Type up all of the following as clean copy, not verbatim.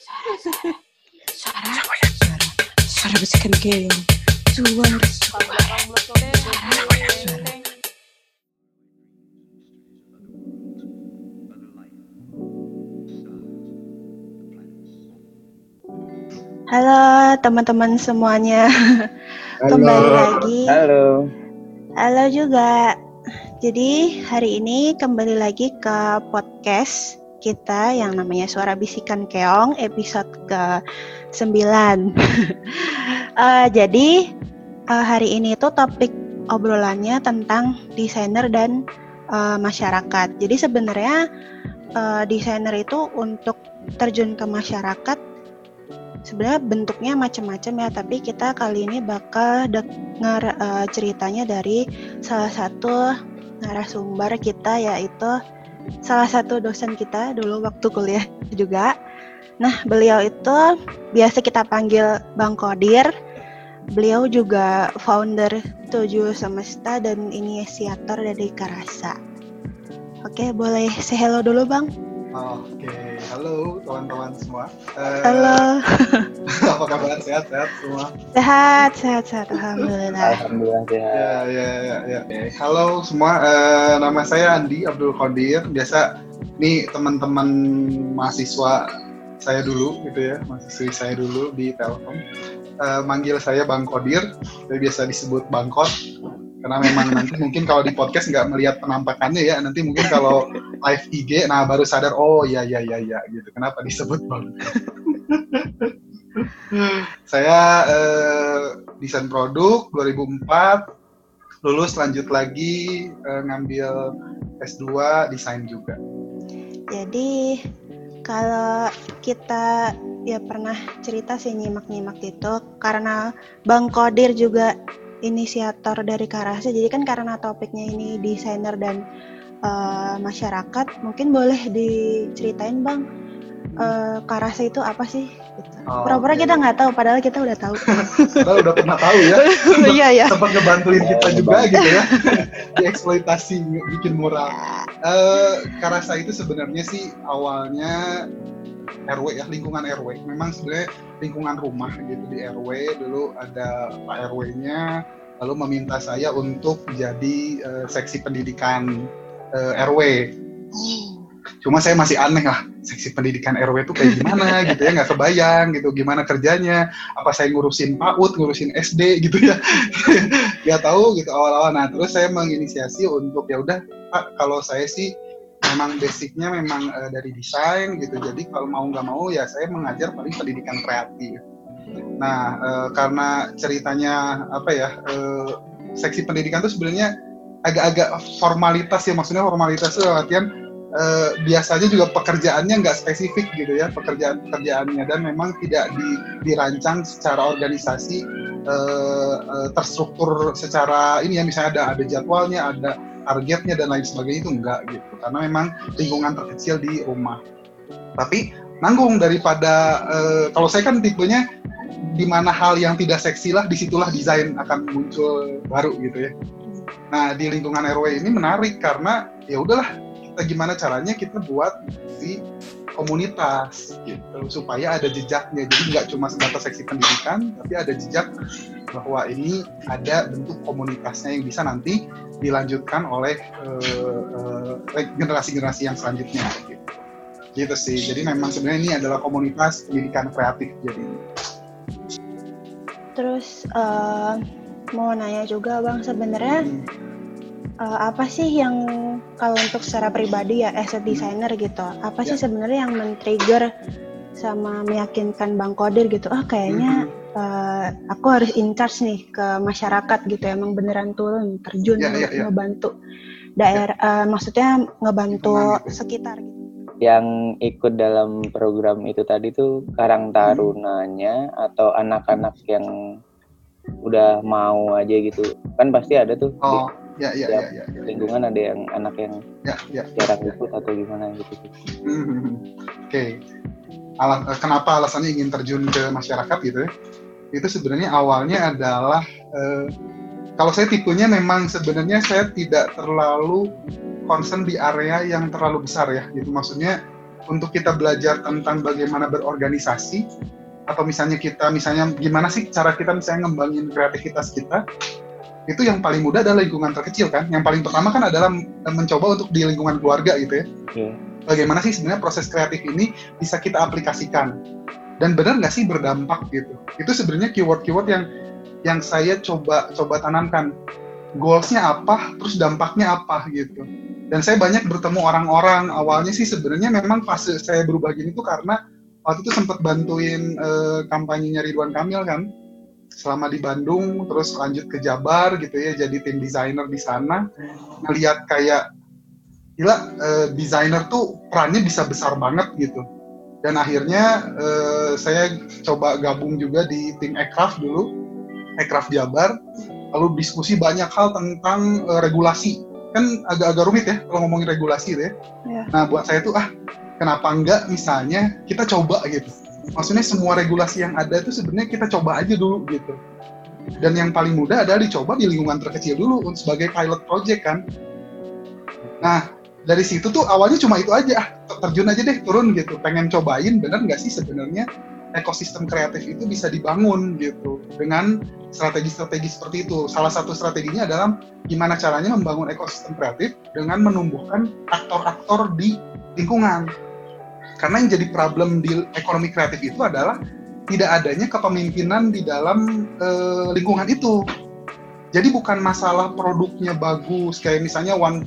Suara bisikan keong. Halo teman-teman semuanya. Kembali lagi. Halo juga. Jadi hari ini kembali lagi ke podcast kita yang namanya Suara Bisikan Keong episode ke-9. Jadi hari ini tuh topik obrolannya tentang desainer dan masyarakat. Jadi sebenarnya desainer itu untuk terjun ke masyarakat sebenarnya bentuknya macam-macam ya, tapi kita kali ini bakal dengar ceritanya dari salah satu narasumber kita, yaitu salah satu dosen kita dulu waktu kuliah juga. Nah, beliau itu biasa kita panggil Bang Qodir. Beliau juga founder 7 Semesta dan inisiator dari Karasa. Oke, boleh say hello dulu, Bang? Oke, halo teman-teman semua. Halo. Apa kabar? Sehat-sehat semua? Sehat, alhamdulillah. Alhamdulillah sehat. Ya. Halo semua, nama saya Andi Abdul Qodir. Biasa nih teman-teman mahasiswa saya dulu gitu ya, mahasiswi saya dulu di Telkom. Manggil saya Bang Qodir, biasa disebut Bang Qod. Karena memang nanti mungkin kalau di podcast nggak melihat penampakannya ya, nanti mungkin kalau live IG, nah baru sadar, oh ya gitu, kenapa disebut Bang. Saya desain produk 2004, lulus lanjut lagi ngambil S2 desain juga. Jadi kalau kita ya pernah cerita sih nyimak-nyimak itu, karena Bang Qodir juga inisiator dari Karasa, jadi kan karena topiknya ini desainer dan masyarakat, mungkin boleh diceritain Bang, Karasa itu apa sih? Gitu. Pura-pura kita nggak tahu, padahal kita udah tahu. Padahal udah pernah tahu ya. Iya. Sempat ngebantuin kita juga gitu ya. Dieksploitasi, bikin murah. Karasa itu sebenarnya sih awalnya RW ya, lingkungan RW. Memang sebenarnya lingkungan rumah gitu di RW. Dulu ada Pak RW-nya, lalu meminta saya untuk jadi seksi pendidikan RW. Cuma saya masih aneh lah, seksi pendidikan RW itu kayak gimana gitu ya, nggak kebayang gitu, gimana kerjanya, apa saya ngurusin PAUD, ngurusin SD gitu ya, nggak tahu gitu awal-awal. Nah terus saya menginisiasi untuk ya udah Pak, kalau saya sih memang basicnya memang dari desain gitu, jadi kalau mau nggak mau ya saya mengajar paling pendidikan kreatif. Nah karena ceritanya apa ya, seksi pendidikan itu sebenarnya agak-agak formalitas ya, maksudnya formalitas itu latihan biasanya juga pekerjaannya nggak spesifik gitu ya, pekerjaannya, dan memang tidak dirancang secara organisasi terstruktur secara ini ya, misalnya ada jadwalnya, ada targetnya dan lain sebagainya, itu enggak gitu, karena memang lingkungan terkecil di rumah. Tapi nanggung daripada kalau saya kan tipenya di mana hal yang tidak seksi lah, disitulah desain akan muncul baru gitu ya. Nah di lingkungan RW ini menarik karena ya udahlah, kita gimana caranya kita buat si komunitas gitu supaya ada jejaknya, jadi nggak cuma sebatas seksi pendidikan, tapi ada jejak bahwa ini ada bentuk komunitasnya yang bisa nanti dilanjutkan oleh generasi-generasi yang selanjutnya gitu sih. Jadi memang sebenarnya ini adalah komunitas pendidikan kreatif jadi. Terus mau nanya juga Bang, sebenarnya apa sih yang kalau untuk secara pribadi ya as a designer gitu, apa sih sebenarnya yang men-trigger sama meyakinkan Bang Qodir gitu, kayaknya aku harus in charge nih ke masyarakat gitu, emang beneran turun terjun ngebantu daerah, maksudnya ngebantu sekitar gitu. Yang ikut dalam program itu tadi tuh Karang Tarunanya atau anak-anak yang udah mau aja gitu, kan pasti ada tuh Ya. Lingkungan ada yang anak yang jarang ikut atau gimana gitu. Oke. Kenapa alasannya ingin terjun ke masyarakat gitu ya? Itu sebenarnya awalnya adalah kalau saya tipenya memang sebenarnya saya tidak terlalu concern di area yang terlalu besar ya gitu. Maksudnya untuk kita belajar tentang bagaimana berorganisasi, atau misalnya gimana sih cara kita misalnya ngembangin kreativitas kita, itu yang paling mudah adalah lingkungan terkecil kan. Yang paling pertama kan adalah mencoba untuk di lingkungan keluarga gitu ya. Bagaimana sih sebenarnya proses kreatif ini bisa kita aplikasikan, dan benar nggak sih berdampak gitu. Itu sebenarnya keyword-keyword yang saya coba tanamkan. Goals-nya apa, terus dampaknya apa gitu. Dan saya banyak bertemu orang-orang. Awalnya sih sebenarnya memang fase saya berubah gini tuh karena waktu itu sempat bantuin kampanyenya Ridwan Kamil kan, selama di Bandung, terus lanjut ke Jabar gitu ya, jadi tim desainer di sana. Ngelihat kayak gila, desainer tuh perannya bisa besar banget gitu. Dan akhirnya saya coba gabung juga di tim Ekraf dulu, Ekraf Jabar, lalu diskusi banyak hal tentang regulasi. Kan agak-agak rumit ya kalau ngomongin regulasi gitu ya. Nah buat saya tuh kenapa enggak misalnya kita coba gitu. Maksudnya semua regulasi yang ada itu sebenarnya kita coba aja dulu gitu. Dan yang paling mudah adalah dicoba di lingkungan terkecil dulu sebagai pilot project kan. Nah dari situ tuh awalnya cuma itu aja, terjun aja deh, turun gitu, pengen cobain bener nggak sih sebenarnya ekosistem kreatif itu bisa dibangun gitu dengan strategi-strategi seperti itu. Salah satu strateginya adalah gimana caranya membangun ekosistem kreatif dengan menumbuhkan aktor-aktor di lingkungan. Karena yang jadi problem di ekonomi kreatif itu adalah tidak adanya kepemimpinan di dalam lingkungan itu. Jadi bukan masalah produknya bagus, kayak misalnya one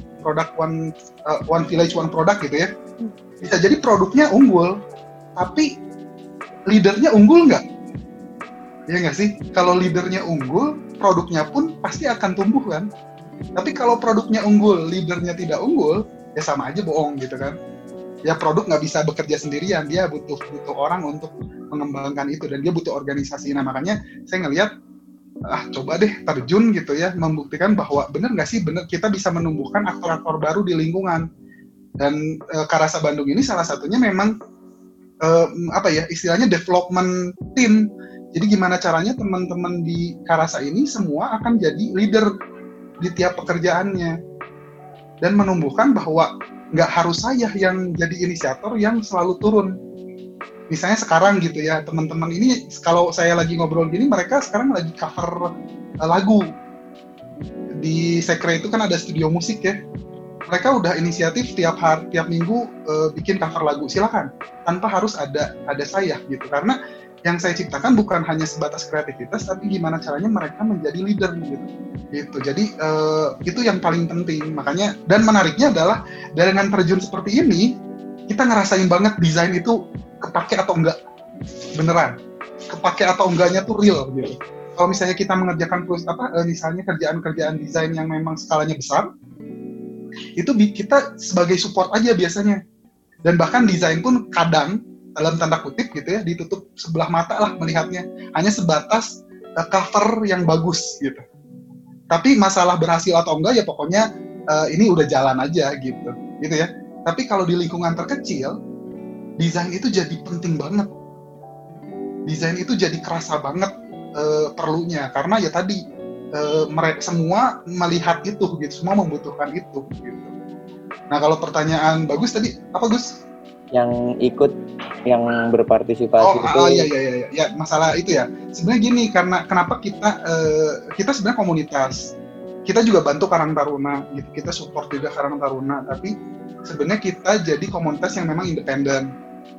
village one product gitu ya. Bisa jadi produknya unggul, tapi leadernya unggul nggak? Ya nggak sih? Kalau leadernya unggul, produknya pun pasti akan tumbuh kan? Tapi kalau produknya unggul, leadernya tidak unggul, ya sama aja bohong gitu kan? Ya produk nggak bisa bekerja sendirian, dia butuh orang untuk mengembangkan itu, dan dia butuh organisasi. Nah makanya saya ngelihat, coba deh terjun gitu ya, membuktikan bahwa benar nggak sih, benar kita bisa menumbuhkan aktor-aktor baru di lingkungan. Dan Karasa Bandung ini salah satunya memang istilahnya development team. Jadi gimana caranya teman-teman di Karasa ini semua akan jadi leader di tiap pekerjaannya, dan menumbuhkan bahwa nggak harus saya yang jadi inisiator yang selalu turun. Misalnya sekarang gitu ya, teman-teman ini kalau saya lagi ngobrol gini, mereka sekarang lagi cover lagu. Di Sekre itu kan ada studio musik ya. Mereka udah inisiatif tiap minggu bikin cover lagu. Silakan, tanpa harus ada saya gitu. Karena yang saya ciptakan bukan hanya sebatas kreativitas, tapi gimana caranya mereka menjadi leader gitu. Jadi itu yang paling penting. Makanya, dan menariknya adalah dengan terjun seperti ini, kita ngerasain banget desain itu kepake atau enggak, beneran kepake atau enggaknya tuh real gitu. Kalau misalnya kita mengerjakan misalnya kerjaan-kerjaan desain yang memang skalanya besar, itu kita sebagai support aja biasanya. Dan bahkan desain pun kadang dalam tanda kutip gitu ya, ditutup sebelah mata lah melihatnya, hanya sebatas cover yang bagus gitu. Tapi masalah berhasil atau enggak ya pokoknya ini udah jalan aja gitu ya. Tapi kalau di lingkungan terkecil, desain itu jadi penting banget. Desain itu jadi kerasa banget perlunya, karena ya tadi mereka semua melihat itu gitu, semua membutuhkan itu gitu. Nah kalau pertanyaan bagus tadi apa Gus? Yang ikut, yang berpartisipasi itu. Iya, masalah itu ya. Sebenarnya gini, karena kenapa kita sebenarnya komunitas. Kita juga bantu Karang Taruna gitu. Kita support juga Karang Taruna, tapi sebenarnya kita jadi komunitas yang memang independen.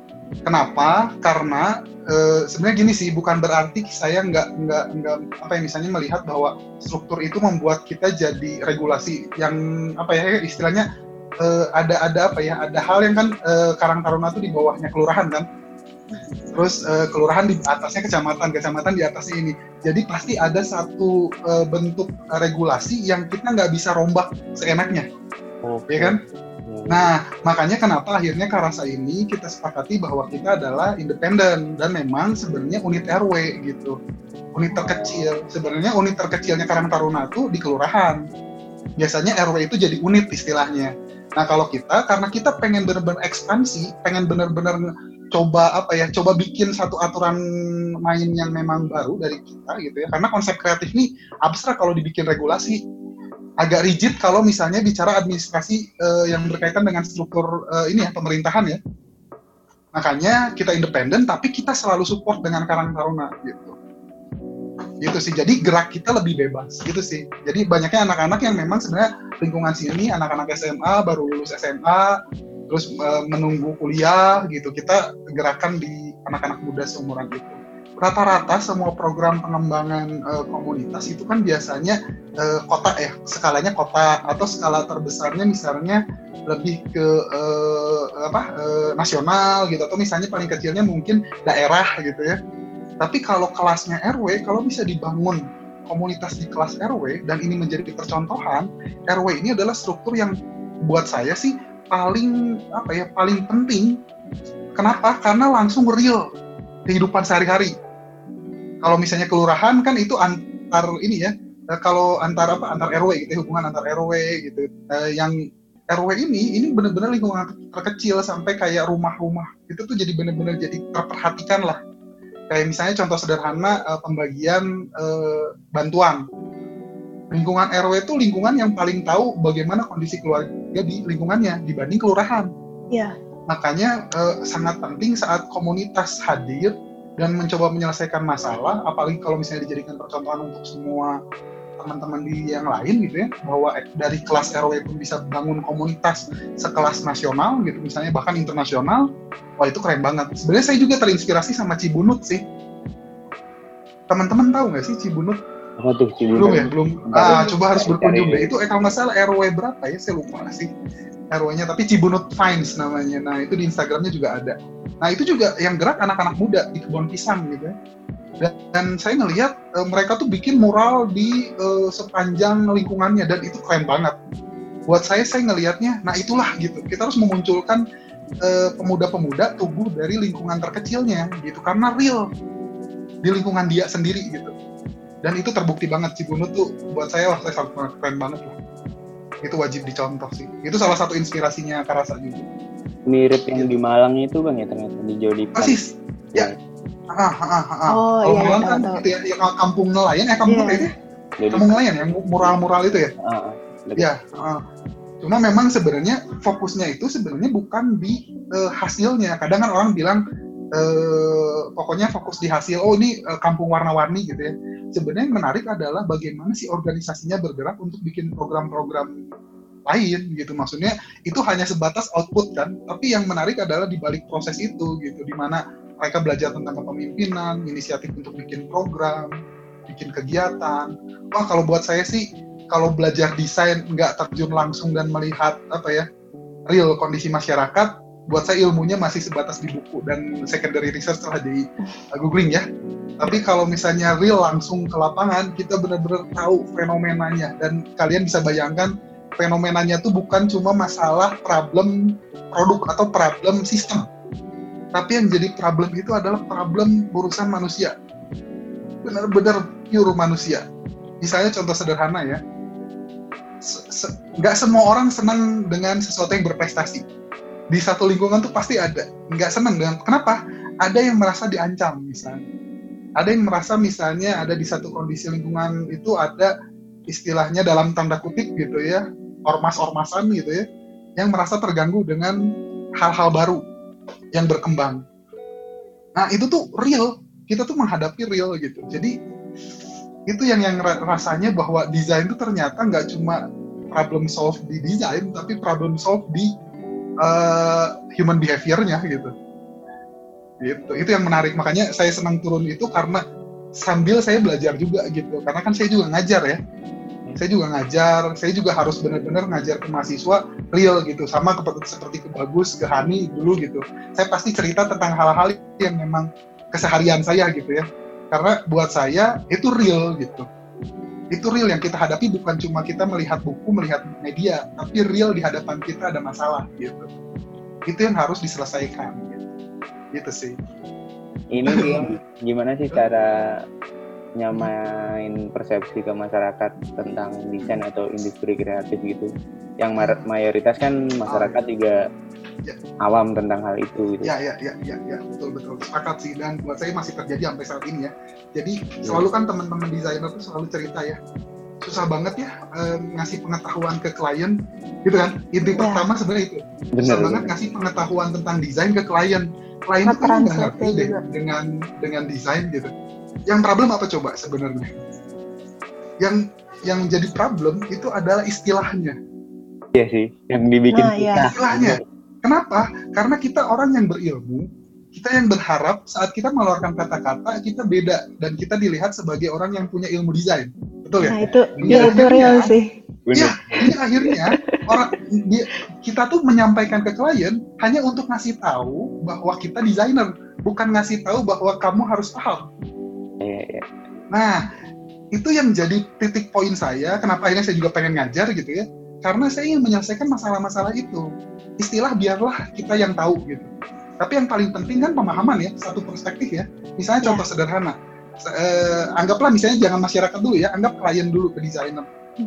Kenapa? Karena sebenarnya gini sih, bukan berarti saya nggak misalnya melihat bahwa struktur itu membuat kita jadi regulasi yang istilahnya ada hal yang kan Karang Taruna itu di bawahnya kelurahan kan, terus kelurahan di atasnya kecamatan di atasnya ini, jadi pasti ada satu bentuk regulasi yang kita nggak bisa rombak seenaknya, ya kan? Nah, makanya kenapa akhirnya Karasa ini kita sepakati bahwa kita adalah independen, dan memang sebenarnya unit RW gitu, unit terkecil. Sebenarnya unit terkecilnya Karang Taruna itu di kelurahan. Biasanya RW itu jadi unit istilahnya. Nah, kalau kita, karena kita pengen benar-benar ekspansi, pengen benar-benar coba bikin satu aturan main yang memang baru dari kita gitu ya. Karena konsep kreatif ini abstrak kalau dibikin regulasi. Agak rigid kalau misalnya bicara administrasi yang berkaitan dengan struktur pemerintahan ya. Makanya kita independen, tapi kita selalu support dengan Karang Taruna gitu. Gitu sih. Jadi gerak kita lebih bebas gitu sih. Jadi banyaknya anak-anak yang memang sebenarnya lingkungan sini, anak-anak SMA baru lulus SMA, terus menunggu kuliah gitu. Kita gerakan di anak-anak muda seumuran itu. Rata-rata semua program pengembangan komunitas itu kan biasanya kota ya, skalanya kota, atau skala terbesarnya misalnya lebih ke nasional gitu, atau misalnya paling kecilnya mungkin daerah gitu ya. Tapi kalau kelasnya RW, kalau bisa dibangun komunitas di kelas RW dan ini menjadi percontohan, RW ini adalah struktur yang buat saya sih paling penting. Kenapa? Karena langsung real kehidupan sehari-hari. Kalau misalnya kelurahan kan itu antar ini ya, kalau antar RW gitu, hubungan antar RW gitu. Yang RW ini benar-benar lingkungan terkecil sampai kayak rumah-rumah itu tuh jadi benar-benar jadi terperhatikan lah. Kayak misalnya contoh sederhana pembagian bantuan. Lingkungan RW itu lingkungan yang paling tahu bagaimana kondisi keluarga di lingkungannya dibanding kelurahan. Iya. Makanya sangat penting saat komunitas hadir dan mencoba menyelesaikan masalah, apalagi kalau misalnya dijadikan percontohan untuk semua teman-teman di yang lain gitu ya, bahwa dari kelas RW pun bisa bangun komunitas sekelas nasional gitu, misalnya bahkan internasional. Wah, itu keren banget. Sebenarnya saya juga terinspirasi sama Cibunut sih. Teman-teman tahu nggak sih Cibunut? Apa tuh Cibunut? Belum ya? Belum. Coba harus berkunjung deh. Itu kalau nggak salah RW berapa ya? Saya lupa sih RW-nya, tapi Cibunut Finds namanya. Nah, itu di Instagramnya juga ada. Nah, itu juga yang gerak anak-anak muda di kebun pisang gitu ya. Dan saya ngelihat mereka tuh bikin mural di sepanjang lingkungannya, dan itu keren banget. Buat saya ngelihatnya, nah itulah gitu. Kita harus memunculkan pemuda-pemuda tumbuh dari lingkungan terkecilnya gitu, karena real di lingkungan dia sendiri gitu. Dan itu terbukti banget. Cibunut tuh buat saya sangat keren banget lah. Itu wajib dicontoh sih. Itu salah satu inspirasinya Karasa juga. Mirip yang di Malang itu Bang ya, ternyata di Jodipan. Persis. Ya. Oh kalau iya, Malang kan gitu ya, kampung nelayan, kampung itu ya, kampung nelayan yang mural-mural itu ya. Ya. Cuma memang sebenarnya fokusnya itu sebenarnya bukan di hasilnya. Kadang kan orang bilang pokoknya fokus di hasil. Oh, ini kampung warna-warni gitu ya. Sebenarnya yang menarik adalah bagaimana si organisasinya bergerak untuk bikin program-program lain gitu. Maksudnya itu hanya sebatas output kan, tapi yang menarik adalah di balik proses itu gitu, di mana mereka belajar tentang kepemimpinan, inisiatif untuk bikin program, bikin kegiatan. Wah, kalau buat saya sih, kalau belajar desain nggak terjun langsung dan melihat real kondisi masyarakat, buat saya ilmunya masih sebatas di buku dan secondary research setelah di googling ya. Tapi kalau misalnya real langsung ke lapangan, kita benar-benar tahu fenomenanya, dan kalian bisa bayangkan fenomenanya tuh bukan cuma masalah problem produk atau problem sistem, tapi yang jadi problem itu adalah problem urusan manusia, benar-benar pure manusia. Misalnya contoh sederhana ya, nggak semua orang senang dengan sesuatu yang berprestasi. Di satu lingkungan tuh pasti ada nggak senang dengan, kenapa? Ada yang merasa diancam misalnya, ada yang merasa misalnya ada di satu kondisi lingkungan itu ada istilahnya dalam tanda kutip gitu ya, ormas-ormasan gitu ya, yang merasa terganggu dengan hal-hal baru yang berkembang. Nah, itu tuh real, kita tuh menghadapi real gitu. Jadi itu yang rasanya bahwa desain itu ternyata nggak cuma problem solve di desain, tapi problem solve di human behavior-nya gitu. Itu yang menarik. Makanya saya senang turun itu, karena sambil saya belajar juga gitu. Karena kan saya juga ngajar ya. Saya juga harus benar-benar ngajar ke mahasiswa real gitu, sama seperti ke Bagus, ke Hani dulu gitu. Saya pasti cerita tentang hal-hal yang memang keseharian saya gitu ya. Karena buat saya itu real gitu. Itu real yang kita hadapi, bukan cuma kita melihat buku, melihat media, tapi real di hadapan kita ada masalah gitu. Itu yang harus diselesaikan gitu sih. Ini dia gimana sih cara nyamain persepsi ke masyarakat tentang desain atau industri kreatif gitu, yang mayoritas kan masyarakat juga awam tentang hal itu gitu. Ya, betul sepakat sih, dan buat saya masih terjadi sampai saat ini ya. Jadi selalu kan teman-teman desainer tuh selalu cerita ya, susah banget ya ngasih pengetahuan ke klien gitu kan. Inti pertama sebenarnya itu, susah banget ngasih pengetahuan tentang desain ke klien. klien itu kan nggak Nge-translate happy deh juga. dengan desain gitu. Yang problem apa coba sebenarnya? Yang jadi problem itu adalah istilahnya. Iya sih, yang dibikin Nah, ya. Istilahnya. Kenapa? Karena kita orang yang berilmu, kita yang berharap saat kita mengeluarkan kata-kata kita beda dan kita dilihat sebagai orang yang punya ilmu desain. Betul ya? Nah, itu Ini ya itu akhirnya, real sih. ya, ini akhirnya kita tuh menyampaikan ke klien hanya untuk ngasih tahu bahwa kita desainer, bukan ngasih tahu bahwa kamu harus paham. Iya. Nah, itu yang jadi titik poin saya, kenapa akhirnya saya juga pengen ngajar gitu ya, karena saya ingin menyelesaikan masalah-masalah itu. Istilah biarlah kita yang tahu gitu. Tapi yang paling penting kan pemahaman ya, satu perspektif ya. Misalnya contoh sederhana, anggaplah misalnya jangan masyarakat dulu ya, anggap klien dulu ke desainer.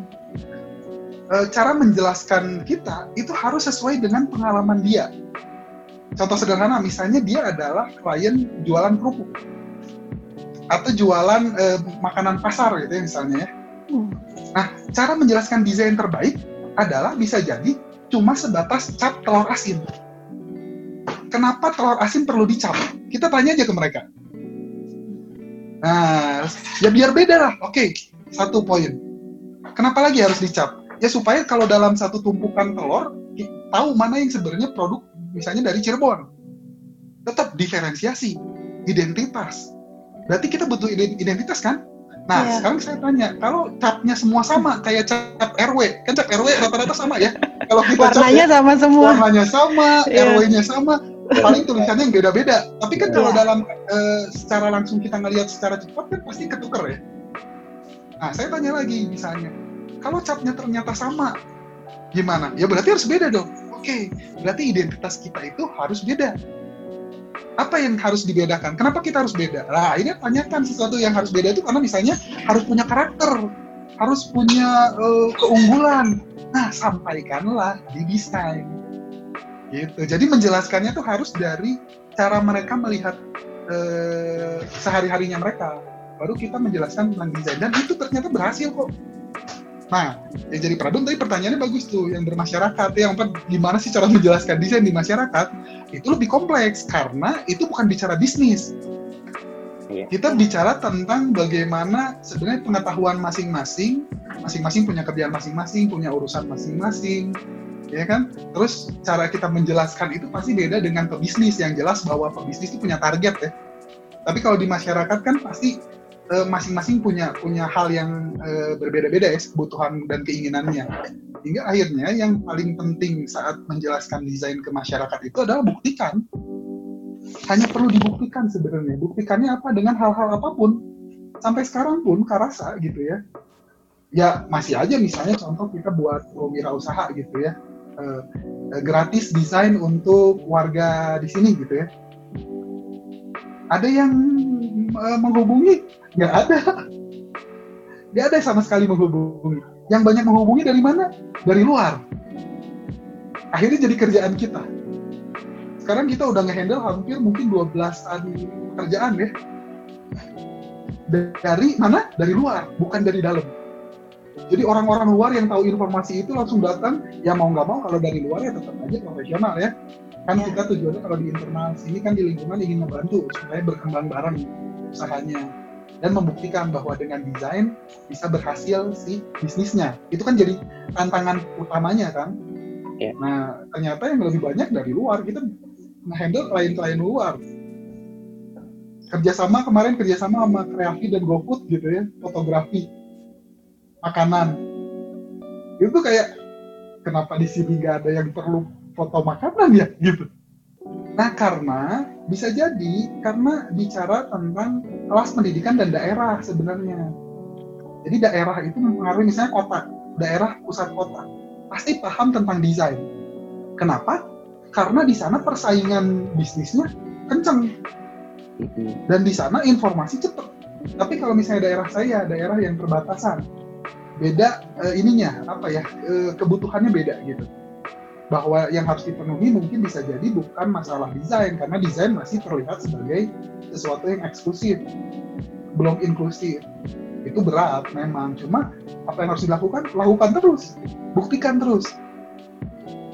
Cara menjelaskan kita itu harus sesuai dengan pengalaman dia. Contoh sederhana, misalnya dia adalah klien jualan kerupuk atau jualan makanan pasar gitu ya misalnya ya. Nah, cara menjelaskan desain terbaik adalah bisa jadi cuma sebatas cap telur asin. Kenapa telur asin perlu dicap? Kita tanya aja ke mereka. Nah, ya biar beda lah. Oke, satu poin. Kenapa lagi harus dicap? Ya supaya kalau dalam satu tumpukan telur, tahu mana yang sebenarnya produk misalnya dari Cirebon. Tetap diferensiasi, identitas. Berarti kita butuh identitas kan? Nah, sekarang saya tanya, kalau capnya semua sama, kayak cap RW, kan cap RW rata-rata sama ya? Kalau kita warnanya cap, sama semua. Warnanya sama, RW-nya sama, paling tulisannya yang beda-beda. Tapi kan kalau dalam secara langsung kita ngelihat secara cepat kan pasti ketuker ya. Nah, saya tanya lagi misalnya, kalau capnya ternyata sama, gimana? Ya berarti harus beda dong. Oke, berarti identitas kita itu harus beda. Apa yang harus dibedakan? Kenapa kita harus beda? Nah, ini tanyakan sesuatu yang harus beda itu karena misalnya harus punya karakter, harus punya keunggulan. Nah, sampaikanlah di desain. Gitu. Jadi menjelaskannya tuh harus dari cara mereka melihat sehari-harinya mereka. Baru kita menjelaskan tentang desain dan itu ternyata berhasil kok. Nah, yang jadi problem tadi pertanyaannya bagus tuh, yang bermasyarakat, yang gimana sih cara menjelaskan desain di masyarakat, itu lebih kompleks, karena itu bukan bicara bisnis. Kita bicara tentang bagaimana sebenarnya pengetahuan masing-masing punya kerjaan masing-masing, punya urusan masing-masing, ya kan? Terus cara kita menjelaskan itu pasti beda dengan pebisnis, yang jelas bahwa pebisnis itu punya target ya. Tapi kalau di masyarakat kan pasti masing-masing punya hal yang berbeda-beda ya, kebutuhan dan keinginannya. Hingga akhirnya yang paling penting saat menjelaskan desain ke masyarakat itu adalah buktikan. Hanya perlu dibuktikan sebenarnya. Buktikannya apa? Dengan hal-hal apapun. Sampai sekarang pun Karasa gitu ya. Ya masih aja misalnya contoh kita buat wirausaha gitu ya. Gratis desain untuk warga di sini gitu ya. Ada yang menghubungi? Nggak ada sama sekali menghubungi. Yang banyak menghubungi dari mana? Dari luar. Akhirnya jadi kerjaan kita. Sekarang kita udah nge-handle hampir mungkin 12-an pekerjaan ya. Dari mana? Dari luar, bukan dari dalam. Jadi orang-orang luar yang tahu informasi itu langsung datang, ya mau nggak mau kalau dari luar ya tetap aja profesional ya. Kan kita tujuannya kalau di internal sini kan di lingkungan ingin membantu supaya berkembang bareng usahanya. Dan membuktikan bahwa dengan desain bisa berhasil si bisnisnya. Itu kan jadi tantangan utamanya kan. Nah, ternyata yang lebih banyak dari luar. Kita nge-handle klien-klien luar. Kerjasama sama Kreafi dan GoFood gitu ya, fotografi, makanan. Itu kayak, kenapa di sini nggak ada yang perlu foto makanan ya gitu. Nah, karena bisa jadi karena bicara tentang kelas pendidikan dan daerah sebenarnya. Jadi daerah itu mempengaruhi misalnya kota, daerah pusat kota. Pasti paham tentang desain. Kenapa? Karena di sana persaingan bisnisnya kencang. Dan di sana informasi cepat. Tapi kalau misalnya daerah saya, daerah yang perbatasan, beda kebutuhannya beda gitu. Bahwa yang harus dipenuhi mungkin bisa jadi bukan masalah desain, karena desain masih terlihat sebagai sesuatu yang eksklusif, belum inklusif. Itu berat memang, cuma apa yang harus dilakukan? Lakukan terus, buktikan terus.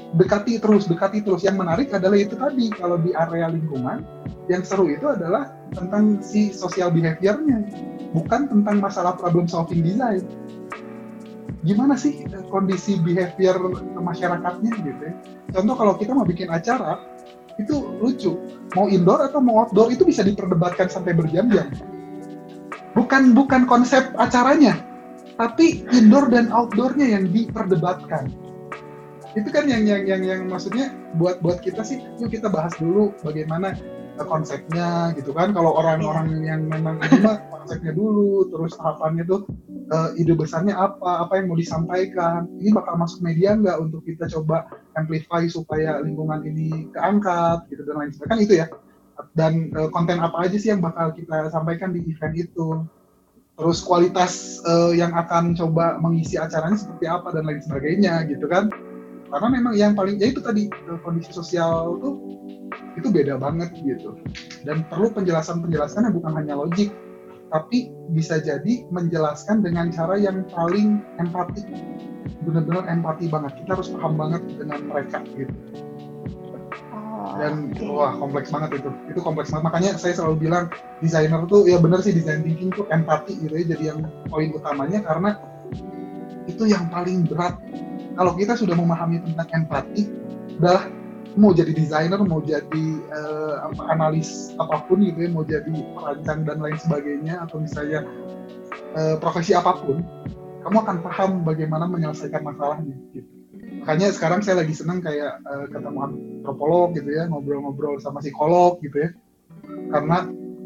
dekati terus. Yang menarik adalah itu tadi, kalau di area lingkungan, yang seru itu adalah tentang si social behavior-nya, bukan tentang masalah problem solving design. Gimana sih kondisi behavior masyarakatnya gitu ya. Contoh kalau kita mau bikin acara, itu lucu. Mau indoor atau mau outdoor itu bisa diperdebatkan sampai berjam-jam. Bukan konsep acaranya, tapi indoor dan outdoornya yang diperdebatkan. Itu kan yang maksudnya buat kita sih, yuk kita bahas dulu bagaimana konsepnya gitu kan. Kalau orang-orang yang memang ini mah konsepnya dulu, terus tahapannya tuh ide besarnya apa yang mau disampaikan, ini bakal masuk media nggak untuk kita coba amplify supaya lingkungan ini keangkat gitu dan lain sebagainya, kan itu ya. Dan konten apa aja sih yang bakal kita sampaikan di event itu, terus kualitas yang akan coba mengisi acaranya seperti apa dan lain sebagainya gitu kan. Karena memang yang paling ya itu tadi, kondisi sosial tuh itu beda banget gitu, dan perlu penjelasan yang bukan hanya logik, tapi bisa jadi menjelaskan dengan cara yang paling empati, benar-benar empati banget. Kita harus paham banget dengan mereka gitu. Dan wah, kompleks banget itu kompleks banget. Makanya saya selalu bilang desainer tuh, ya benar sih, design thinking tuh empati gitu ya, jadi yang poin utamanya, karena itu yang paling berat. Kalau kita sudah memahami tentang empati, udah mau jadi desainer, mau jadi analis apapun gitu ya, mau jadi perancang dan lain sebagainya, atau misalnya profesi apapun, kamu akan paham bagaimana menyelesaikan masalahnya gitu. Makanya sekarang saya lagi senang kayak ketemu antropolog gitu ya, ngobrol-ngobrol sama psikolog gitu ya, karena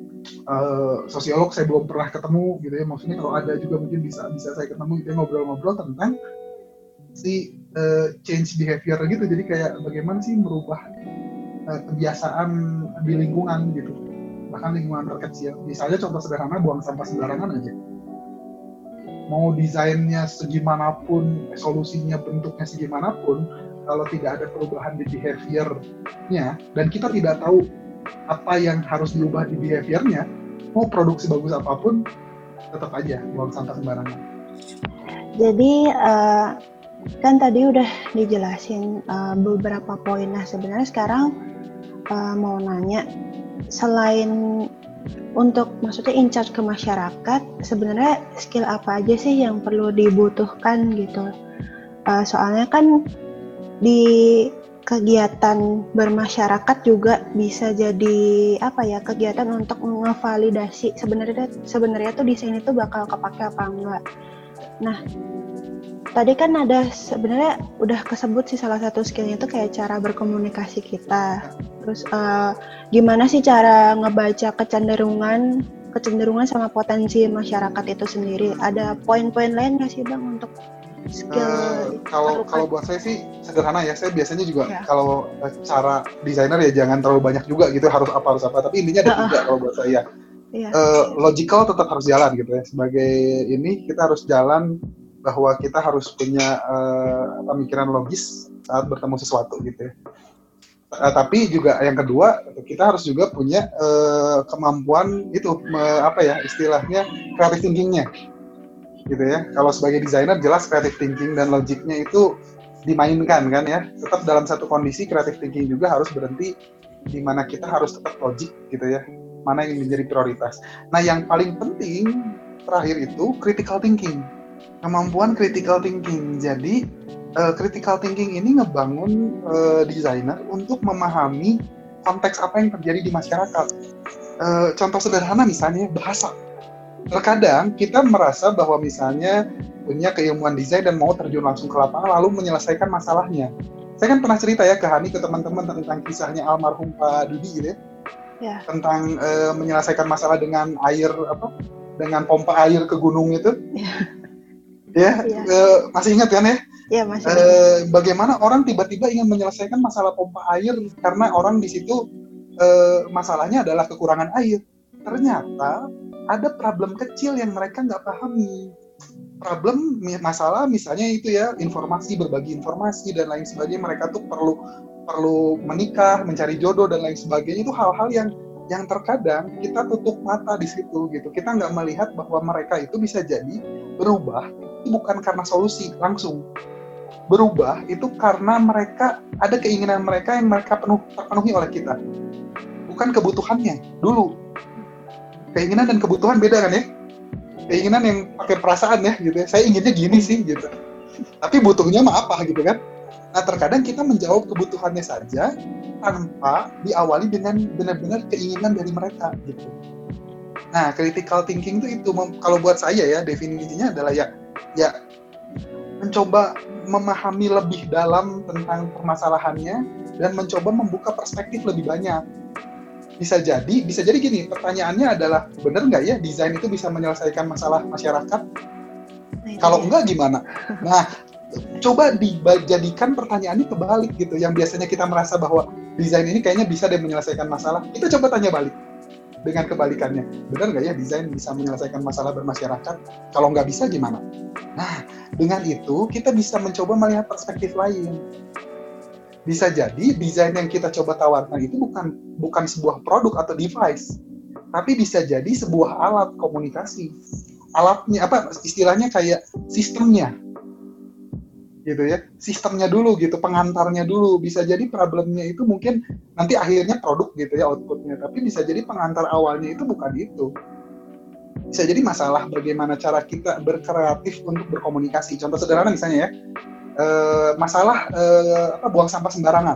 sosiolog saya belum pernah ketemu gitu ya. Maksudnya kalau ada juga mungkin bisa saya ketemu gitu ya, ngobrol-ngobrol tentang si change behavior gitu. Jadi kayak bagaimana sih merubah kebiasaan di lingkungan gitu, bahkan lingkungan terkecil. Misalnya contoh sederhana, buang sampah sembarangan aja. Mau desainnya segimanapun, solusinya bentuknya segimanapun, kalau tidak ada perubahan di behaviornya, dan kita tidak tahu apa yang harus diubah di behaviornya, mau produksi bagus apapun, tetap aja buang sampah sembarangan. Jadi kan tadi udah dijelasin beberapa poin. Nah sebenarnya sekarang mau nanya, selain untuk maksudnya in charge ke masyarakat, sebenarnya skill apa aja sih yang perlu dibutuhkan gitu? Soalnya kan di kegiatan bermasyarakat juga bisa jadi apa ya, kegiatan untuk ngevalidasi sebenarnya tuh desain itu bakal kepake apa enggak. Nah tadi kan ada sebenarnya udah kesebut sih salah satu skillnya itu kayak cara berkomunikasi kita. Terus gimana sih cara ngebaca kecenderungan sama potensi masyarakat itu sendiri? Ada poin-poin lain nggak sih Bang untuk skill? Kalau buat saya sih sederhana ya. Saya biasanya juga kalau cara desainer ya jangan terlalu banyak juga gitu, harus apa. Tapi intinya ada 3 kalau buat saya. Logical tetap harus jalan gitu ya. Sebagai ini kita harus jalan, bahwa kita harus punya pemikiran logis saat bertemu sesuatu gitu ya. Tapi juga yang kedua, kita harus juga punya kemampuan itu istilahnya creative thinkingnya gitu ya. Kalau sebagai desainer jelas creative thinking dan logiknya itu dimainkan kan ya. Tetap dalam satu kondisi creative thinking juga harus berhenti, di mana kita harus tetap logik gitu ya, mana yang menjadi prioritas. Nah yang paling penting terakhir itu critical thinking, kemampuan critical thinking. Jadi critical thinking ini ngebangun desainer untuk memahami konteks apa yang terjadi di masyarakat. Contoh sederhana misalnya bahasa. Terkadang kita merasa bahwa misalnya punya keilmuan desain dan mau terjun langsung ke lapangan lalu menyelesaikan masalahnya. Saya kan pernah cerita ya ke Hani, ke teman-teman tentang kisahnya almarhum Pak Didi gitu ya. Tentang menyelesaikan masalah dengan air dengan pompa air ke gunung itu. Masih ingat kan ya? Iya, masih. Bagaimana orang tiba-tiba ingin menyelesaikan masalah pompa air karena orang di situ masalahnya adalah kekurangan air. Ternyata ada problem kecil yang mereka nggak pahami. Masalah misalnya itu ya, informasi, berbagi informasi dan lain sebagainya. Mereka tuh perlu menikah, mencari jodoh dan lain sebagainya. Itu hal-hal yang terkadang kita tutup mata di situ gitu. Kita nggak melihat bahwa mereka itu bisa jadi berubah bukan karena solusi langsung, berubah itu karena mereka ada keinginan mereka yang mereka terpenuhi oleh kita, bukan kebutuhannya dulu. Keinginan dan kebutuhan beda kan ya? Keinginan yang pakai perasaan ya gitu ya, saya inginnya gini sih gitu, tapi butuhnya mah apa gitu kan. Nah terkadang kita menjawab kebutuhannya saja tanpa diawali dengan benar-benar keinginan dari mereka gitu. Nah critical thinking itu kalau buat saya ya definisinya adalah ya mencoba memahami lebih dalam tentang permasalahannya dan mencoba membuka perspektif lebih banyak. Bisa jadi gini, pertanyaannya adalah benar nggak ya desain itu bisa menyelesaikan masalah masyarakat? Kalau enggak gimana? Nah, coba dijadikan pertanyaannya kebalik gitu. Yang biasanya kita merasa bahwa desain ini kayaknya bisa deh menyelesaikan masalah. Kita coba tanya balik dengan kebalikannya. Benar nggak ya desain bisa menyelesaikan masalah bermasyarakat? Kalau nggak bisa gimana? Nah, dengan itu kita bisa mencoba melihat perspektif lain. Bisa jadi desain yang kita coba tawarkan itu bukan sebuah produk atau device, tapi bisa jadi sebuah alat komunikasi. Alatnya apa? Istilahnya kayak sistemnya, gitu ya. Sistemnya dulu gitu, pengantarnya dulu. Bisa jadi problemnya itu mungkin nanti akhirnya produk gitu ya outputnya, tapi bisa jadi pengantar awalnya itu bukan itu. Bisa jadi masalah bagaimana cara kita berkreatif untuk berkomunikasi. Contoh sederhana misalnya ya. Masalah buang sampah sembarangan.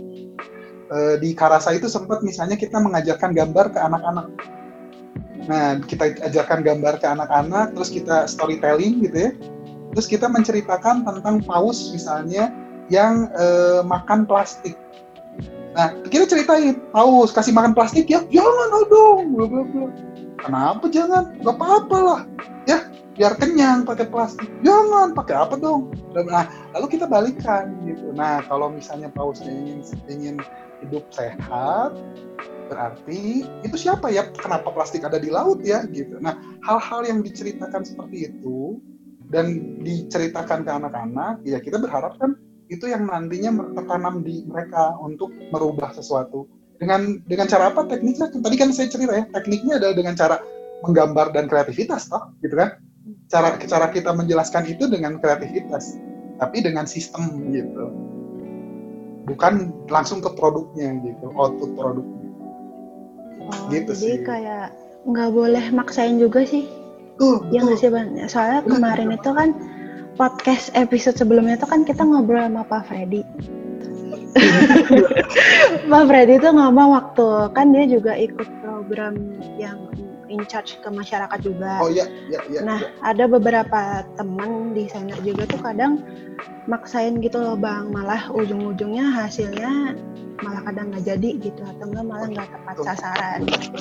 Di Karasa itu sempat misalnya kita mengajarkan gambar ke anak-anak. Nah, kita ajarkan gambar ke anak-anak, terus kita storytelling gitu ya. Terus kita menceritakan tentang paus misalnya yang makan plastik. Nah, kita ceritain, paus kasih makan plastik ya, jangan dong, bla bla bla. Kenapa jangan? Gak apa-apa lah. Ya, biar kenyang pakai plastik. Jangan, pakai apa dong? Nah, lalu kita balikan gitu. Nah, kalau misalnya pausnya ingin hidup sehat, berarti itu siapa ya? Kenapa plastik ada di laut ya? Gitu. Nah, hal-hal yang diceritakan seperti itu dan diceritakan ke anak-anak, ya kita berharap kan itu yang nantinya tertanam di mereka untuk merubah sesuatu. Dengan cara apa tekniknya? Tadi kan saya cerita ya, tekniknya adalah dengan cara menggambar dan kreativitas, toh, gitu kan? Cara kita menjelaskan itu dengan kreativitas, tapi dengan sistem gitu, bukan langsung ke produknya gitu, output produknya. Gitu jadi sih. kayak nggak boleh maksain juga sih. Ya nggak sih Bang? Soalnya kemarin itu kan podcast episode sebelumnya itu kan kita ngobrol sama Pak Freddy. Pak Freddy itu ngomong waktu kan dia juga ikut program yang in charge ke masyarakat juga. Oh iya. Nah, ada beberapa teman desainer juga tuh kadang maksain gitu loh Bang, malah ujung-ujungnya hasilnya malah kadang nggak jadi gitu, atau enggak malah nggak tepat sasaran.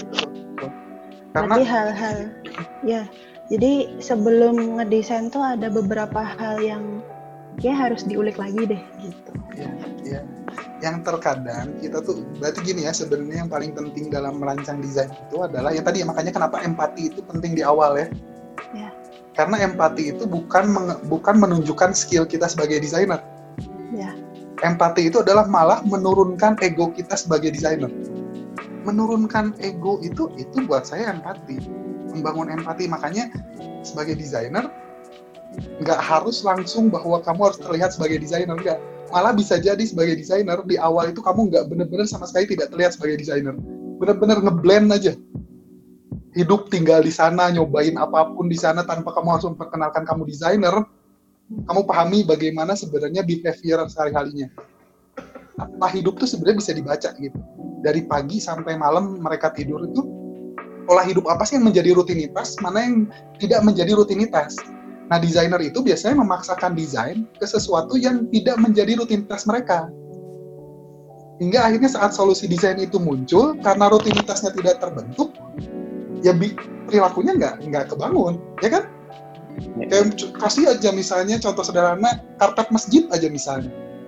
Karena hal-hal ya, jadi sebelum ngedesain tuh ada beberapa hal yang ya harus diulik lagi deh gitu. Iya. Yang terkadang kita tuh berarti gini ya, sebenarnya yang paling penting dalam merancang desain itu adalah yang tadi ya, makanya kenapa empati itu penting di awal ya. Karena empati itu bukan menunjukkan skill kita sebagai desainer. Ya. Empati itu adalah malah menurunkan ego kita sebagai desainer. Menurunkan ego itu buat saya empati. Membangun empati, makanya sebagai desainer nggak harus langsung bahwa kamu harus terlihat sebagai desainer, enggak. Malah bisa jadi sebagai desainer di awal itu kamu nggak benar-benar sama sekali tidak terlihat sebagai desainer, benar-benar ngeblend aja, hidup tinggal di sana, nyobain apapun di sana tanpa kamu harus memperkenalkan kamu desainer. Kamu pahami bagaimana sebenarnya behavior sehari-harinya. Apa hidup tuh sebenarnya bisa dibaca gitu, dari pagi sampai malam mereka tidur itu pola hidup apa sih yang menjadi rutinitas, mana yang tidak menjadi rutinitas. Nah, desainer itu biasanya memaksakan desain ke sesuatu yang tidak menjadi rutinitas mereka. Hingga akhirnya saat solusi desain itu muncul, karena rutinitasnya tidak terbentuk, ya perilakunya nggak kebangun, ya kan? Kayak kasih aja misalnya contoh sederhana, karpet masjid aja misalnya.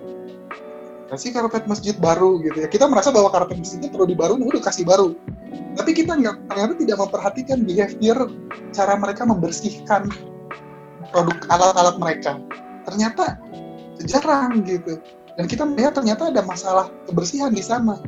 Kasih karpet masjid baru gitu ya. Kita merasa bahwa karpet masjidnya perlu dibaru, udah kasih baru. Tapi kita ternyata tidak memperhatikan behavior, cara mereka membersihkan produk alat-alat mereka, ternyata jarang gitu. Dan kita melihat ternyata ada masalah kebersihan di sana.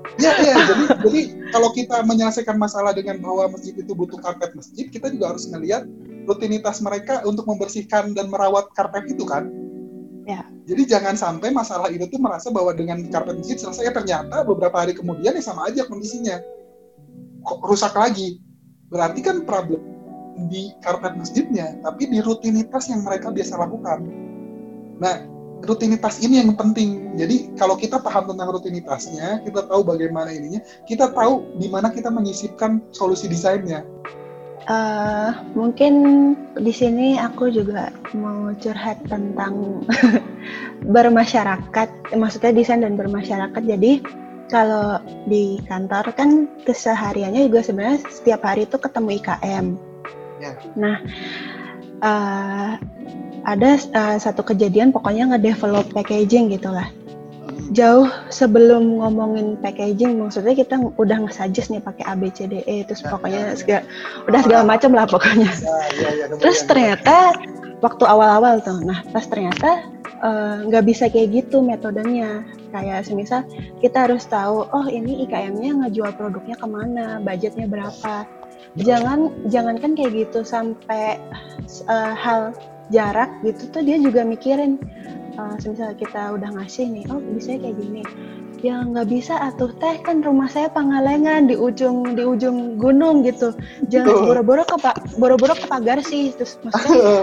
Jadi kalau kita menyelesaikan masalah dengan bahwa masjid itu butuh karpet masjid, kita juga harus melihat rutinitas mereka untuk membersihkan dan merawat karpet itu kan. Ya. Jadi jangan sampai masalah itu tuh merasa bahwa dengan karpet masjid selesai, ternyata beberapa hari kemudian ya sama aja kondisinya, kok rusak lagi. Berarti kan problem di karpet masjidnya, tapi di rutinitas yang mereka biasa lakukan. Nah, rutinitas ini yang penting. Jadi kalau kita paham tentang rutinitasnya, kita tahu bagaimana ininya, kita tahu di mana kita menyisipkan solusi desainnya. Mungkin di sini aku juga mau curhat tentang bermasyarakat, maksudnya desain dan bermasyarakat. Jadi kalau di kantor kan kesehariannya juga sebenarnya setiap hari itu ketemu IKM. Ya. Nah, ada satu kejadian pokoknya ngedevelop packaging gitulah. Jauh sebelum ngomongin packaging, maksudnya kita udah nge-suggest nih pakai A, B, C, D, E, terus pokoknya segala macam lah pokoknya. Terus ternyata waktu awal-awal tuh, nah pas ternyata nggak bisa kayak gitu metodenya. Kayak semisal kita harus tahu, oh ini IKM-nya ngejual produknya kemana, budgetnya berapa. Jangankan kayak gitu, sampai hal jarak gitu tuh dia juga mikirin. Misalnya kita udah ngasih nih, oh bisa kayak gini, ya nggak bisa atuh teh, kan rumah saya Pangalengan di ujung gunung gitu, jangan boro-boro ke Pagarsi, terus maksudnya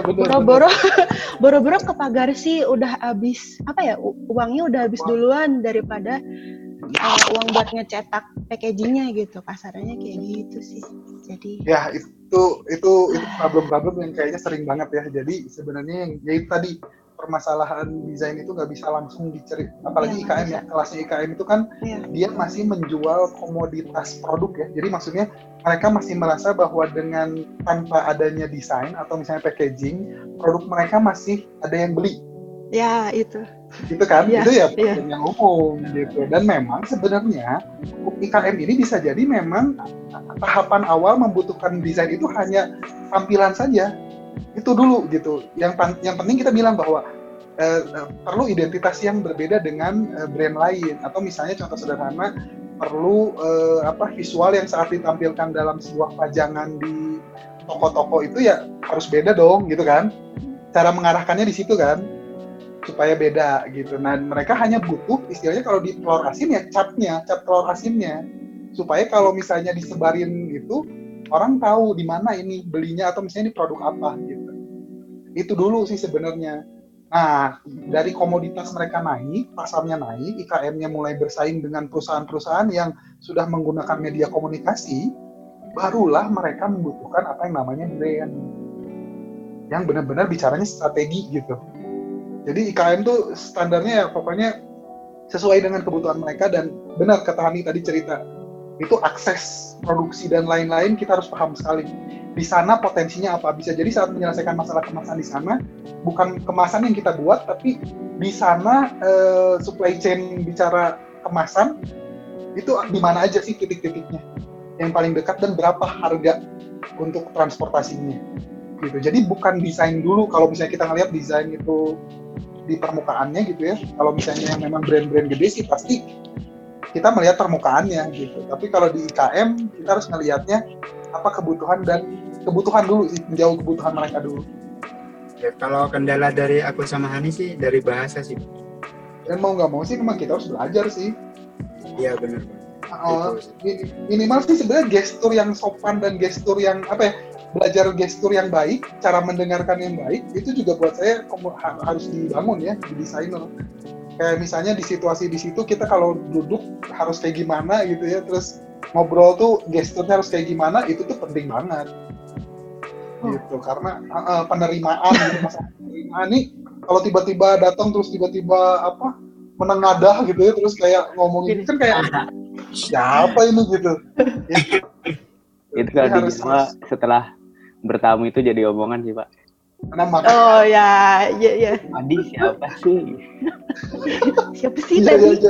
boro-boro ke Pagarsi udah habis uangnya udah habis duluan daripada uang buat ngecetak packagingnya gitu, kasarannya kayak gitu sih. Jadi ya itu problem-problem yang kayaknya sering banget ya. Jadi sebenarnya yang jadi tadi permasalahan desain itu nggak bisa langsung dicerit, apalagi IKM ya, kelasnya IKM itu kan dia masih menjual komoditas produk ya. Jadi maksudnya mereka masih merasa bahwa dengan tanpa adanya desain atau misalnya packaging, produk mereka masih ada yang beli. Ya itu kan, itu ya problem yang umum gitu. Dan memang sebenarnya IKM ini bisa jadi memang tahapan awal membutuhkan desain itu hanya tampilan saja. Itu dulu gitu. Yang penting kita bilang bahwa perlu identitas yang berbeda dengan brand lain, atau misalnya contoh sederhana perlu visual yang saat ditampilkan dalam sebuah pajangan di toko-toko itu ya harus beda dong gitu kan. Cara mengarahkannya di situ kan supaya beda gitu. Nah, mereka hanya butuh istilahnya kalau di telur asin ya cap telur asinnya. Supaya kalau misalnya disebarin itu orang tahu di mana ini belinya atau misalnya ini produk apa gitu. Itu dulu sih sebenarnya. Nah, dari komoditas mereka naik, pasarnya naik, IKM-nya mulai bersaing dengan perusahaan-perusahaan yang sudah menggunakan media komunikasi, barulah mereka membutuhkan apa yang namanya brand. Yang benar-benar bicaranya strategi gitu. Jadi IKM tuh standarnya ya pokoknya sesuai dengan kebutuhan mereka, dan benar kata Hani tadi cerita. Itu akses produksi dan lain-lain kita harus paham sekali. Di sana potensinya apa? Bisa jadi saat menyelesaikan masalah kemasan di sana, bukan kemasan yang kita buat, tapi di sana supply chain bicara kemasan, itu di mana aja sih titik-titiknya yang paling dekat dan berapa harga untuk transportasinya. Gitu. Jadi bukan desain dulu, kalau misalnya kita ngelihat desain itu di permukaannya gitu ya. Kalau misalnya memang brand-brand gede sih pasti kita melihat permukaannya gitu. Tapi kalau di IKM kita harus ngelihatnya apa kebutuhan dulu sih, menjauh kebutuhan mereka dulu. Ya, kalau kendala dari aku sama Hani sih dari bahasa sih. Dan mau nggak mau sih memang kita harus belajar sih. Iya benar. Minimal sih sebenarnya gestur yang sopan dan gestur yang belajar gestur yang baik, cara mendengarkan yang baik, itu juga buat saya harus dibangun ya di desainer. Kayak misalnya di situasi di situ kita kalau duduk harus kayak gimana gitu ya, terus ngobrol tuh gesturnya harus kayak gimana, itu tuh penting banget. Gitu, karena penerimaan gitu, masalah penerimaan nih kalau tiba-tiba datang terus tiba-tiba menengadah gitu ya, terus kayak ngomongin kan kayak siapa ini gitu. Itu kalau di Jawa setelah bertamu itu jadi omongan sih Pak. Oh ya. Adi siapa sih? Siapa sih tadi?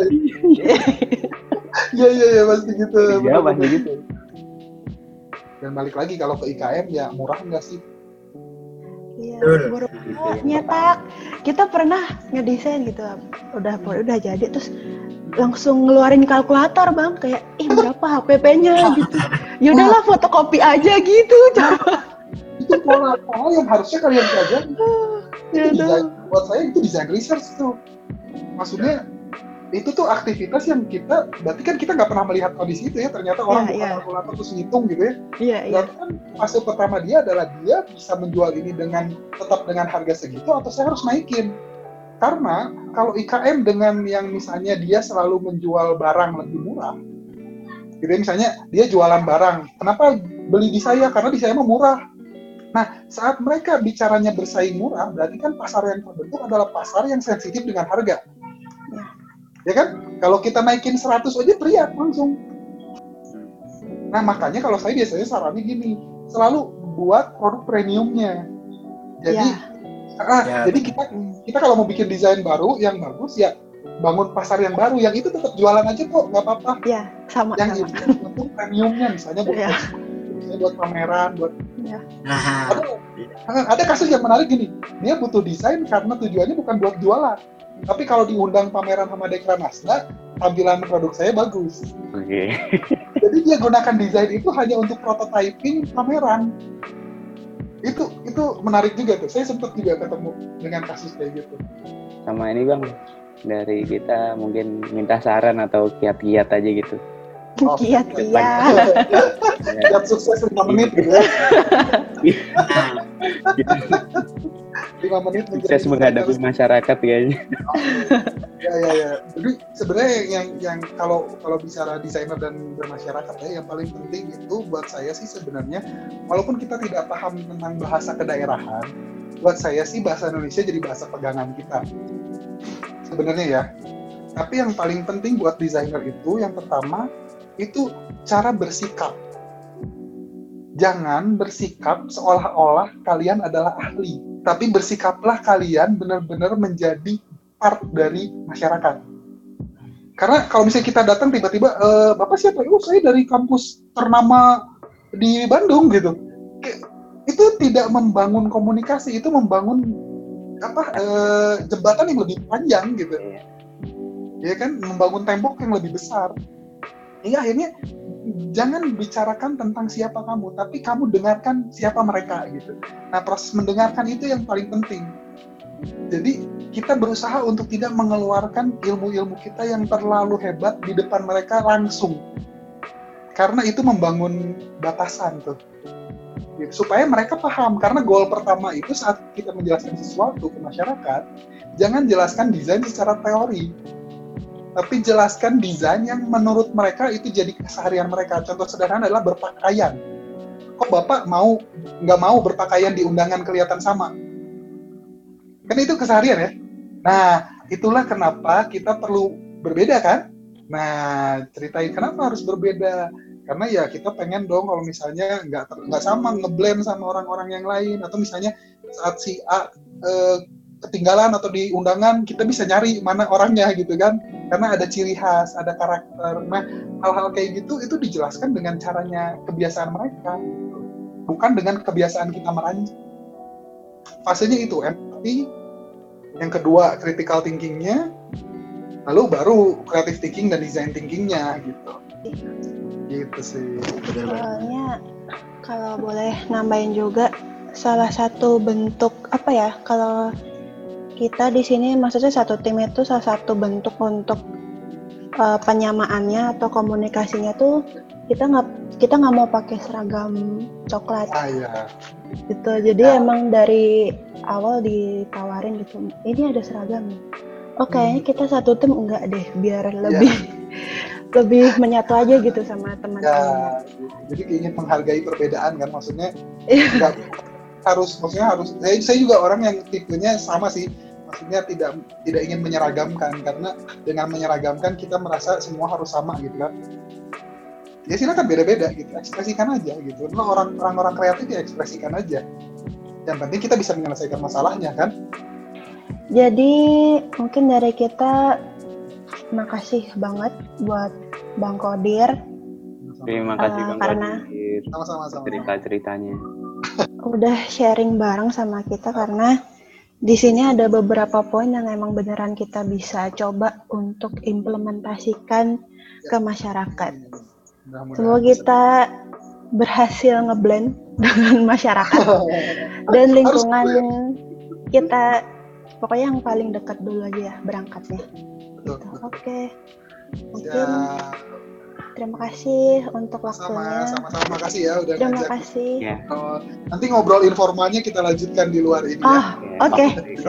Iya pasti gitu. Iya pasti gitu. Dan balik lagi kalau ke IKM ya murah nggak sih? Iya, boro-boro nyetak. Kita pernah ngedesain gitu, udah jadi terus langsung ngeluarin kalkulator Bang, kayak berapa HPP-nya gitu. Ya udahlah fotokopi aja gitu. Itu pola yang harusnya kalian pelajari. buat saya itu design research tuh. Maksudnya itu tuh aktivitas yang kita, berarti kan kita nggak pernah melihat kondisi itu ya, ternyata orang buka kalkulator terus ngitung gitu ya. Berarti kan fase pertama dia adalah dia bisa menjual ini tetap dengan harga segitu atau saya harus naikin. Karena kalau IKM dengan yang misalnya dia selalu menjual barang lebih murah, gitu ya, misalnya dia jualan barang, kenapa beli di saya? Karena di saya mah murah. Nah, saat mereka bicaranya bersaing murah, berarti kan pasar yang terbentuk adalah pasar yang sensitif dengan harga. Ya kan? Kalau kita naikin 100 aja teriak langsung. Nah, makanya kalau saya biasanya sarannya gini, selalu buat produk premiumnya. Jadi jadi kita kalau mau bikin desain baru yang bagus ya bangun pasar yang baru, yang itu tetap jualan aja kok, nggak apa-apa. Iya, sama. Yang itu untuk premiumnya, misalnya buat pameran, buat ada kasus yang menarik gini, dia butuh desain karena tujuannya bukan buat jualan. Tapi kalau diundang pameran sama Dekranasda, tampilan produk saya bagus. Jadi dia gunakan desain itu hanya untuk prototyping pameran. Itu menarik juga tuh. Saya sempat juga ketemu dengan kasus kayak gitu. Sama ini Bang, dari kita mungkin minta saran atau kiat-kiat aja gitu. Kiat-kiat. Kiat sukses 5 menit gitu ya. 5 menit sukses menghadapi masyarakat kayaknya. Ya. Jadi sebenarnya yang kalau bicara desainer dan bermasyarakat ya, yang paling penting itu buat saya sih sebenarnya, walaupun kita tidak paham tentang bahasa kedaerahan, buat saya sih bahasa Indonesia jadi bahasa pegangan kita. Sebenarnya ya. Tapi yang paling penting buat desainer itu, yang pertama itu cara bersikap. Jangan bersikap seolah-olah kalian adalah ahli, tapi bersikaplah kalian benar-benar menjadi part dari masyarakat. Karena kalau misalnya kita datang tiba-tiba, Bapak siapa? Saya dari kampus ternama di Bandung gitu. Itu tidak membangun komunikasi, itu membangun jembatan yang lebih panjang gitu. Ya kan, membangun tembok yang lebih besar. Iya, akhirnya jangan bicarakan tentang siapa kamu, tapi kamu dengarkan siapa mereka gitu. Nah, proses mendengarkan itu yang paling penting. Jadi kita berusaha untuk tidak mengeluarkan ilmu-ilmu kita yang terlalu hebat di depan mereka langsung, karena itu membangun batasan tuh, gitu. Supaya mereka paham. Karena goal pertama itu saat kita menjelaskan sesuatu ke masyarakat, jangan jelaskan desain secara teori, tapi jelaskan desain yang menurut mereka itu jadi keseharian mereka. Contoh sederhana adalah berpakaian. Kok Bapak nggak mau berpakaian di undangan kelihatan sama? Kan itu keseharian ya. Nah, itulah kenapa kita perlu berbeda kan? Nah, ceritain kenapa harus berbeda. Karena ya kita pengen dong kalau misalnya nggak sama ngeblend sama orang-orang yang lain. Atau misalnya saat si A ketinggalan atau di undangan, kita bisa nyari mana orangnya gitu kan, karena ada ciri khas, ada karakter. Nah, hal-hal kayak gitu itu dijelaskan dengan caranya kebiasaan mereka, bukan dengan kebiasaan kita merancang. Fasenya itu empathy, yang kedua critical thinkingnya, lalu baru creative thinking dan design thinkingnya gitu sih. Soalnya kalau boleh nambahin juga, salah satu bentuk kalau kita di sini maksudnya satu tim itu salah satu bentuk untuk penyamaannya atau komunikasinya tuh kita nggak mau pakai seragam coklat. Iya. Gitu. Jadi emang dari awal ditawarin gitu, ini ada seragam nih. Kayaknya kita satu tim enggak deh, biar lebih menyatu aja gitu sama teman-teman. Ya, jadi ingin menghargai perbedaan kan, maksudnya nggak harus. Saya juga orang yang tipenya sama sih. Maksudnya tidak ingin menyeragamkan, karena dengan menyeragamkan kita merasa semua harus sama gitu kan. Ya silakan beda-beda gitu, ekspresikan aja gitu. Orang-orang kreatif ya ekspresikan aja. Yang penting kita bisa menyelesaikan masalahnya kan. Jadi mungkin dari kita makasih banget buat Bang Kodir. Terima kasih Bang karena Kodir. Sama-sama. Cerita-ceritanya. Udah sharing bareng sama kita, karena di sini ada beberapa poin yang emang beneran kita bisa coba untuk implementasikan ke masyarakat. Semoga kita berhasil ngeblend dengan masyarakat dan lingkungan kita Pokoknya yang paling dekat dulu aja ya berangkatnya. Betul. Gitu. Oke. Mungkin Ya, terima kasih untuk waktunya. sama-sama makasih ya udah Terima ngajak. kasih. Ya. Nanti ngobrol informalnya kita lanjutkan di luar ini ya. Oh, oke.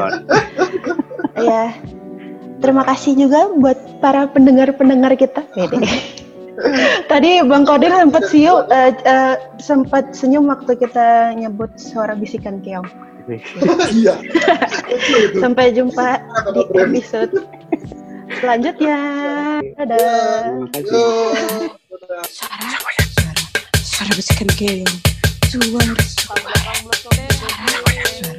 Ya. Terima kasih juga buat para pendengar-pendengar kita. Tadi Bang Kodir sempat senyum waktu kita nyebut suara bisikan keong. Iya. Sampai jumpa di episode selanjutnya. Dadah. Suara bisikan keong. Suara.